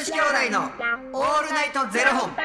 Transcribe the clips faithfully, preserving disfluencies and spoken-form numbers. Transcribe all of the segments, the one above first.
子兄弟のオールナイトゼロ本。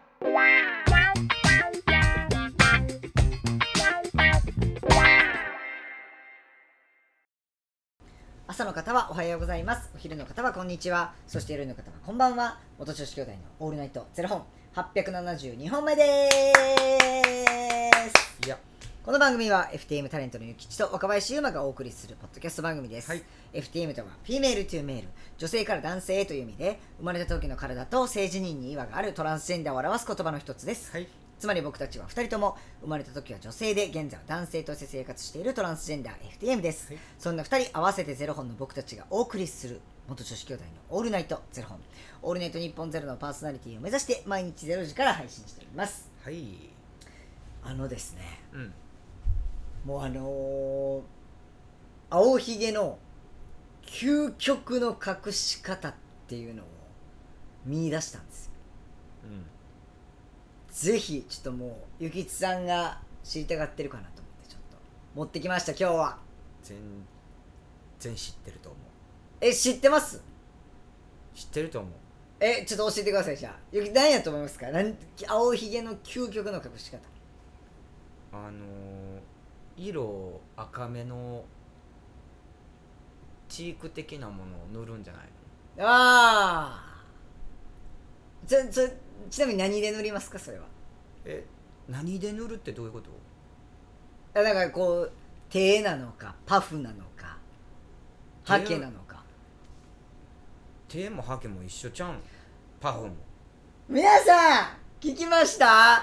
朝の方はおはようございます。お昼の方はこんにちは。そして夜の方はこんばんは。元女子兄弟のオールナイトゼロ本はっぴゃくななじゅうにほんめです。 いやこの番組は エフティーエム タレントのゆきちと若林優馬がお送りするポッドキャスト番組です、はい、エフティーエム とはフィメールトゥーメール、女性から男性へという意味で、生まれた時の体と性自認に違和があるトランスジェンダーを表す言葉の一つです、はい、つまり僕たちはふたりとも生まれた時は女性で現在は男性として生活しているトランスジェンダー エフティーエム です、はい、そんなふたり合わせてゼロ本の僕たちがお送りする元女子兄弟のオールナイトゼロ本、オールナイト日本ゼロのパーソナリティを目指して毎日ゼロ時から配信しております。 はい。 あのですね、うん、もうあのー、青ひげの究極の隠し方っていうのを見出したんですよ、うん、ぜひちょっともうゆきつさんが知りたがってるかなと思ってちょっと持ってきました。今日は全然知ってると思う。 え、知ってます？ 知ってると思う。 え、ちょっと教えてください。じゃあゆき何やと思いますか？なん青ひげの究極の隠し方。 あのー、色赤めのチーク的なものを塗るんじゃないの？ ああ、ちょちょちなみに何で塗りますか？それは。 え、何で塗るってどういうこと？ だからこう手なのかパフなのかハケなのか。 手もハケも一緒ちゃうん？パフも。 皆さん聞きました？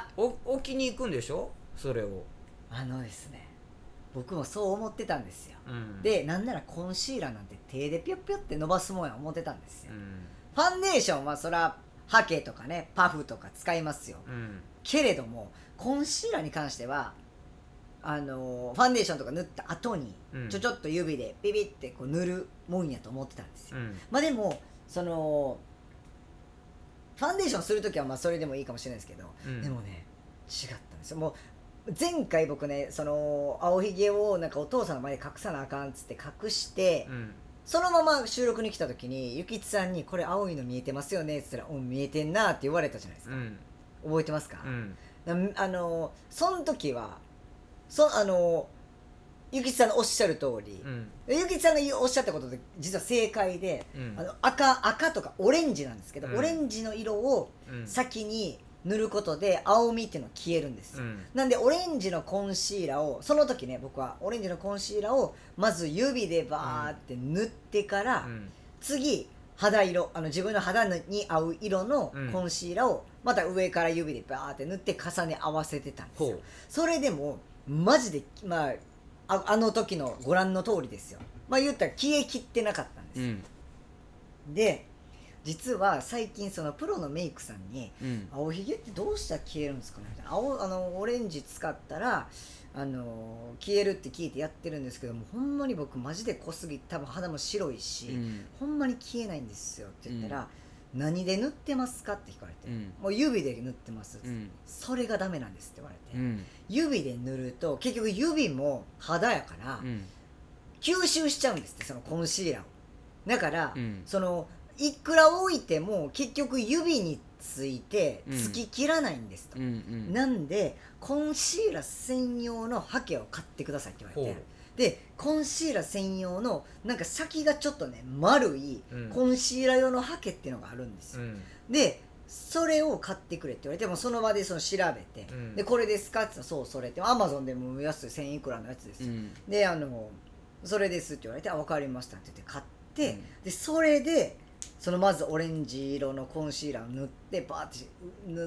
お置きに行くんでしょそれを。 あのですね、僕もそう思ってたんですよ、うん、で、なんならコンシーラーなんて手でピョッピョって伸ばすもんや思ってたんですよ、うん、ファンデーションはそらハケとかねパフとか使いますよ、うん、けれどもコンシーラーに関してはあのー、ファンデーションとか塗った後にちょちょっと指でビビってこう塗るもんやと思ってたんですよ、うん、まあでもそのファンデーションするときはまあそれでもいいかもしれないですけど、うん、でもね違ったんですよ。もう前回僕ねその青ひげをなんかお父さんの前で隠さなあかんっつって隠して、うん、そのまま収録に来た時にゆきつさんにこれ青いの見えてますよねって言ったら、うん見えてんなって言われたじゃないですか、うん、覚えてますか、うん、あのその時はそあのゆきつさんのおっしゃる通り、うん、ゆきつさんのおっしゃったことで実は正解で、うん、あの 赤, 赤とかオレンジなんですけど、うん、オレンジの色を先に塗ることで青みっていうのは消えるんです、うん、なんでオレンジのコンシーラーをその時ね僕はオレンジのコンシーラーをまず指でバーって塗ってから、うん、次肌色あの自分の肌に合う色のコンシーラーをまた上から指でバーって塗って重ね合わせてたんですよ、うん、それでもマジでまあ あ, あの時のご覧の通りですよ。まあ言ったら消えきってなかったんです、うん、で実は最近そのプロのメイクさんに、うん、青ひげってどうしたら消えるんですかねみたいな、青あのオレンジ使ったらあの消えるって聞いてやってるんですけども、ほんまに僕マジで濃すぎて多分肌も白いし、うん、ほんまに消えないんですよって言ったら、うん、何で塗ってますかって聞かれて、うん、もう指で塗ってます、うん、それがダメなんですって言われて、うん、指で塗ると結局指も肌やから、うん、吸収しちゃうんですってそのコンシーラーを。だから、うん、そのいくら置いても結局指についてつききらないんですと、うんうんうん、なんでコンシーラー専用のハケを買ってくださいって言われて、でコンシーラー専用のなんか先がちょっとね丸いコンシーラー用のハケっていうのがあるんですよ、うん、でそれを買ってくれって言われてもその場でその調べて、うん、でこれですかって言ったらそうそれってアマゾンでも安いせんいくらのやつですよ、うん、であのそれですって言われてあ分かりましたって言って買って、うん、でそれでそのまずオレンジ色のコンシーラーを塗ってバーって塗って、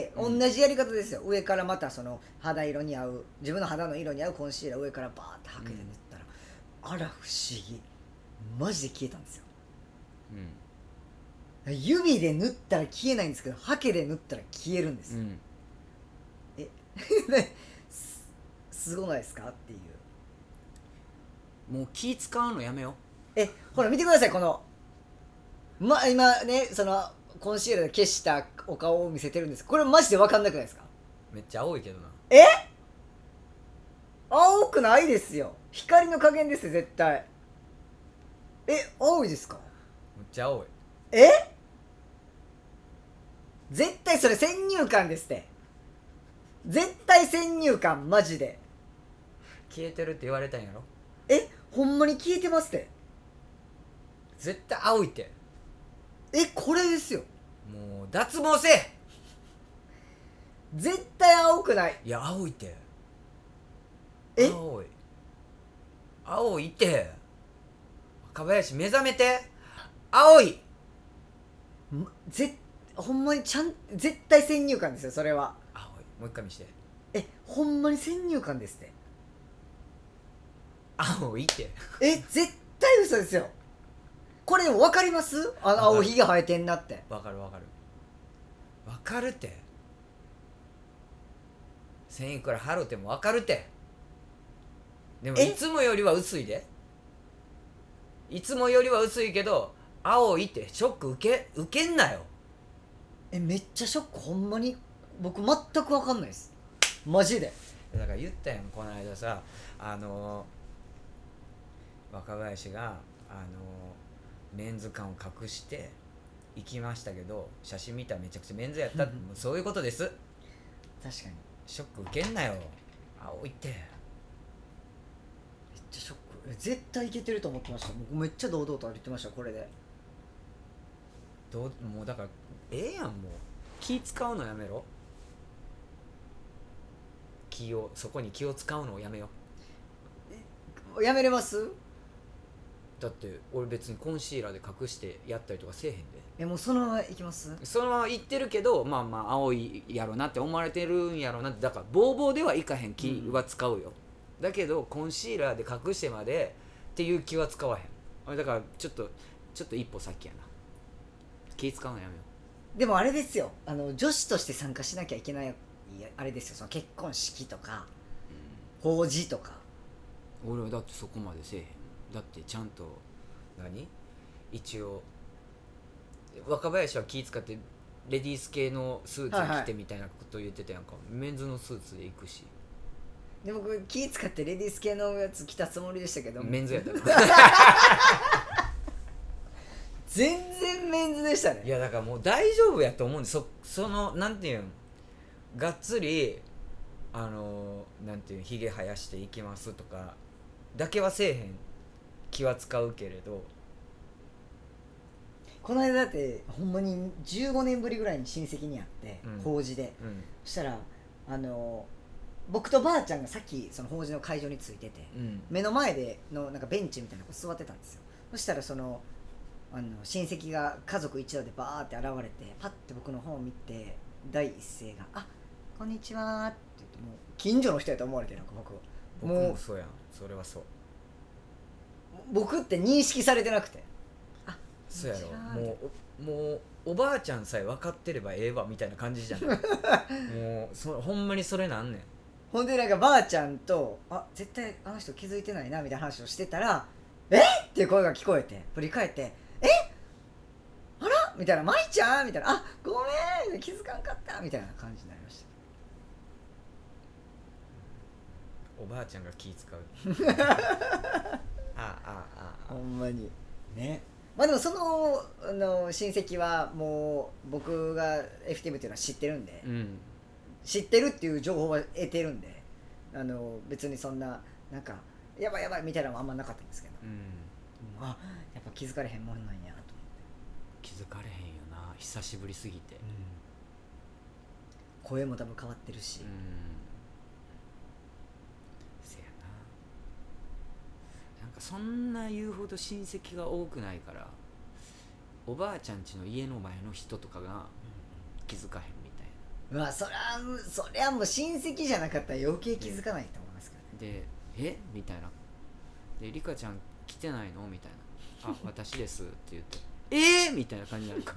うん、同じやり方ですよ。上からまたその肌色に合う自分の肌の色に合うコンシーラー上からバーってはけて塗ったら、うん、あら不思議マジで消えたんですよ、うん、指で塗ったら消えないんですけどハケで塗ったら消えるんです、うん、えす, すごないですかっていう。 もう気使うのやめよう。えほら見てくださいこのまあ今ねそのコンシーラーで消したお顔を見せてるんです。これマジで分かんなくないですか？ めっちゃ青いけどな。 え青くないですよ。光の加減ですよ絶対。え青いですか？ めっちゃ青い。 え絶対それ先入観ですって。絶対先入観、マジで。 消えてるって言われたんやろ。 え、ほんまに消えてますって。 絶対青いって。 え、これですよ。 もう脱毛せえ。 絶対青くない。 いや青いって。 え、 青い青いって。若林目覚めて。青い。 まぜほんまにちゃん絶対先入観ですよ、それは。 青い。もう一回見して。 え、ほんまに先入観ですって。 青いって。 え、絶対嘘ですよ。これでも分かります？あの青ひげ生えてんなって。 わかるわかるわかるって。繊維から払うてもわかるって。でもいつもよりは薄いで。いつもよりは薄いけど青いってショック受け受けんなよ。 え、めっちゃショック。ほんまに僕全く分かんないです、マジで。 だから言ったやんこの間さ、あのー、若林があのー、メンズ感を隠して行きましたけど写真見たらめちゃくちゃメンズやったってもうそういうことです。 確かにショック受けんなよ。青いってめっちゃショック。え、絶対いけてると思ってました。僕めっちゃ堂々と歩いてました、これで。 どうもうだからええやん。もう気使うのやめろ。気をそこに気を使うのをやめよ。 やめれます？ だって俺別にコンシーラーで隠してやったりとかせえへんで。 え、もうそのままいきます？ そのまま言ってるけどまあまあ青いやろなって思われてるんやろなって。だからボーボーではいかへん気は使うよ、うん、だけどコンシーラーで隠してまでっていう気は使わへん。だからちょっとちょっと一歩先やな。気使うのやめよでもあれですよ、あの女子として参加しなきゃいけないあれですよ、その結婚式とか、うん、法事とか。 俺はだってそこまでせえへん。だってちゃんと何一応若林は気使ってレディース系のスーツ着てみたいなこと言ってたやんか、はいはい、メンズのスーツで行くし。 で僕気使ってレディース系のやつ着たつもりでしたけどメンズやった全然メンズでしたね。 いやだからもう大丈夫やと思うんで、そそのなんていうんがっつりあのなんていうひげ生やしていきますとかだけはせえへん気は使うけれど。 この間だってほんまにじゅうごねんぶりぐらいに親戚に会って、うん、法事で、うん、そしたらあの僕とばあちゃんがさっきその法事の会場に着いてて、うん、目の前でのなんかベンチみたいなとこ座ってたんですよ。そしたらそのあの親戚が家族一同でバーって現れてパッて僕の方を見て第一声が「あ、こんにちは」って言って、もう近所の人やと思われて、なんか僕僕もそうやん。それはそう。 僕って認識されてなくて、あ、 そうやろ。もうもうおばあちゃんさえ分かってればええわみたいな感じじゃんもうそほんまにそれなんねん。 ほんでなんかばあちゃんと「あ、絶対あの人気づいてないな」みたいな話をしてたら「えっ!」っていう声が聞こえて、振り返って「え、あら?」みたいな「舞ちゃん?」みたいな「あ、ごめん気づかんかった」みたいな感じになりました。 おばあちゃんが気使うあああああ、 ほんまにね。まあでもその、あの親戚はもう僕が エフティーエム っていうのは知ってるんで、うん、知ってるっていう情報は得てるんで、あの別にそんななんかやばいやばいみたいなのはあんまなかったんですけど、うん、あ、やっぱ気づかれへんもんなんやと思って。 気づかれへんよな、久しぶりすぎて、うん、 声も多分変わってるし、うん、 せやな。なんかそんな言うほど親戚が多くないから、おばあちゃん家の家の前の人とかが気づかへんみたいな。うわ、そりゃそりゃもう親戚じゃなかったら余計気づかないと思いますけど、ね、でえみたいな。でリカちゃん来てないのみたいな。あ、私ですって言ってえーみたいな感じになる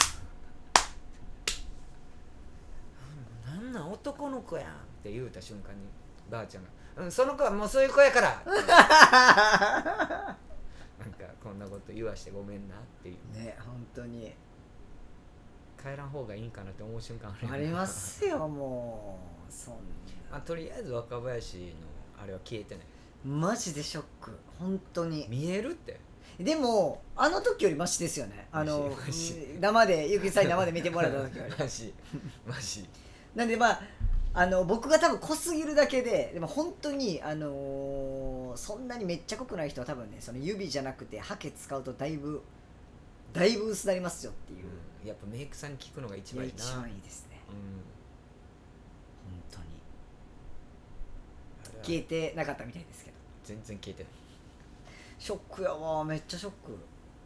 なんなん男の子やんって言うた瞬間にばあちゃんが、うん、その子はもうそういう子やからなんかこんなこと言わしてごめんなっていうね。本当に帰らん方がいいんかなって思う瞬間あるありますよ。もうそんな、 まあ、とりあえず若林のあれは消えてない。 マジでショック。本当に見えるって。 でもあの時よりマシですよね。あのマジ生でゆきさんに生で見てもらった時よりマジマジなんでまああの僕が多分濃すぎるだけで、でも本当にあのー、そんなにめっちゃ濃くない人は多分ね、その指じゃなくてハケ使うとだいぶだいぶ薄なりますよっていう、 うん、やっぱメイクさんに聞くのが一番いいな。 一番いいですね、 うん、 本当に消えてなかったみたいですけど。 全然消えてない。 ショックやわ、めっちゃショック。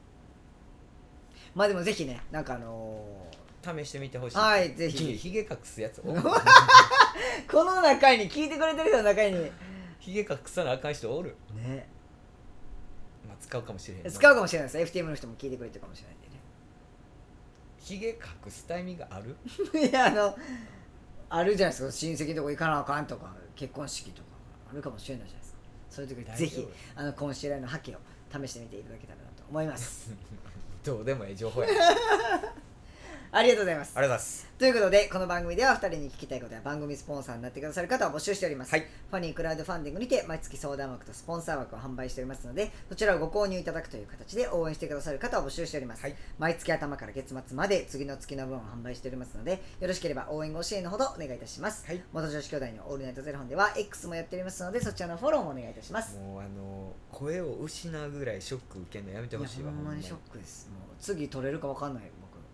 まあでもぜひね、なんかあのー、試してみてほしい。 はいぜひ君ヒゲ隠すやつおるこの中に聞いてくれてる人の中にヒゲ隠さなあかん人おる。 ね、 まあ使うかもしれへんな。 使うかもしれないです。 エフティーエム の人も聞いてくれてるかもしれないんでね。 ヒゲ隠すタイミングあるいやあのあるじゃないですか、親戚のとこ行かなあかんとか結婚式とかあるかもしれないじゃないですか。そういう時にぜひあのコンシーラーのハケを試してみていただけたらなと思いますどうでもいい情報やありがとうございます。 ありがとうございます。 ということでこの番組ではふたりに聞きたいことや番組スポンサーになってくださる方を募集しております、 はい、 ファニークラウドファンディングにて毎月相談枠とスポンサー枠を販売しておりますので、そちらをご購入いただくという形で応援してくださる方を募集しております、 はい、 毎月頭から月末まで次の月の分を販売しておりますので、よろしければ応援ご支援のほどお願いいたします、はい、元女子兄弟のオールナイトゼロ本では X もやっておりますので、そちらのフォローもお願いいたします。 もうあの声を失うぐらいショック受けるのやめてほしいわ。 いやほんまにショックです。もう次撮れるか分かんない。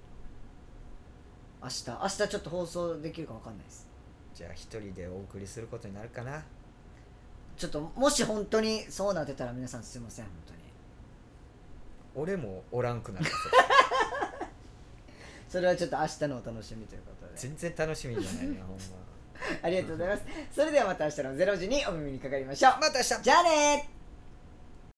明日明日ちょっと放送できるか分かんないです。 じゃあ一人でお送りすることになるかな。 ちょっともし本当にそうなってたら皆さんすいません、本当に俺もおらんくなるそれはちょっと明日のお楽しみということで、 全然楽しみじゃないねほんまありがとうございます。それではまた明日のゼロじにお耳にかかりましょう。 また明日。 じゃあねー。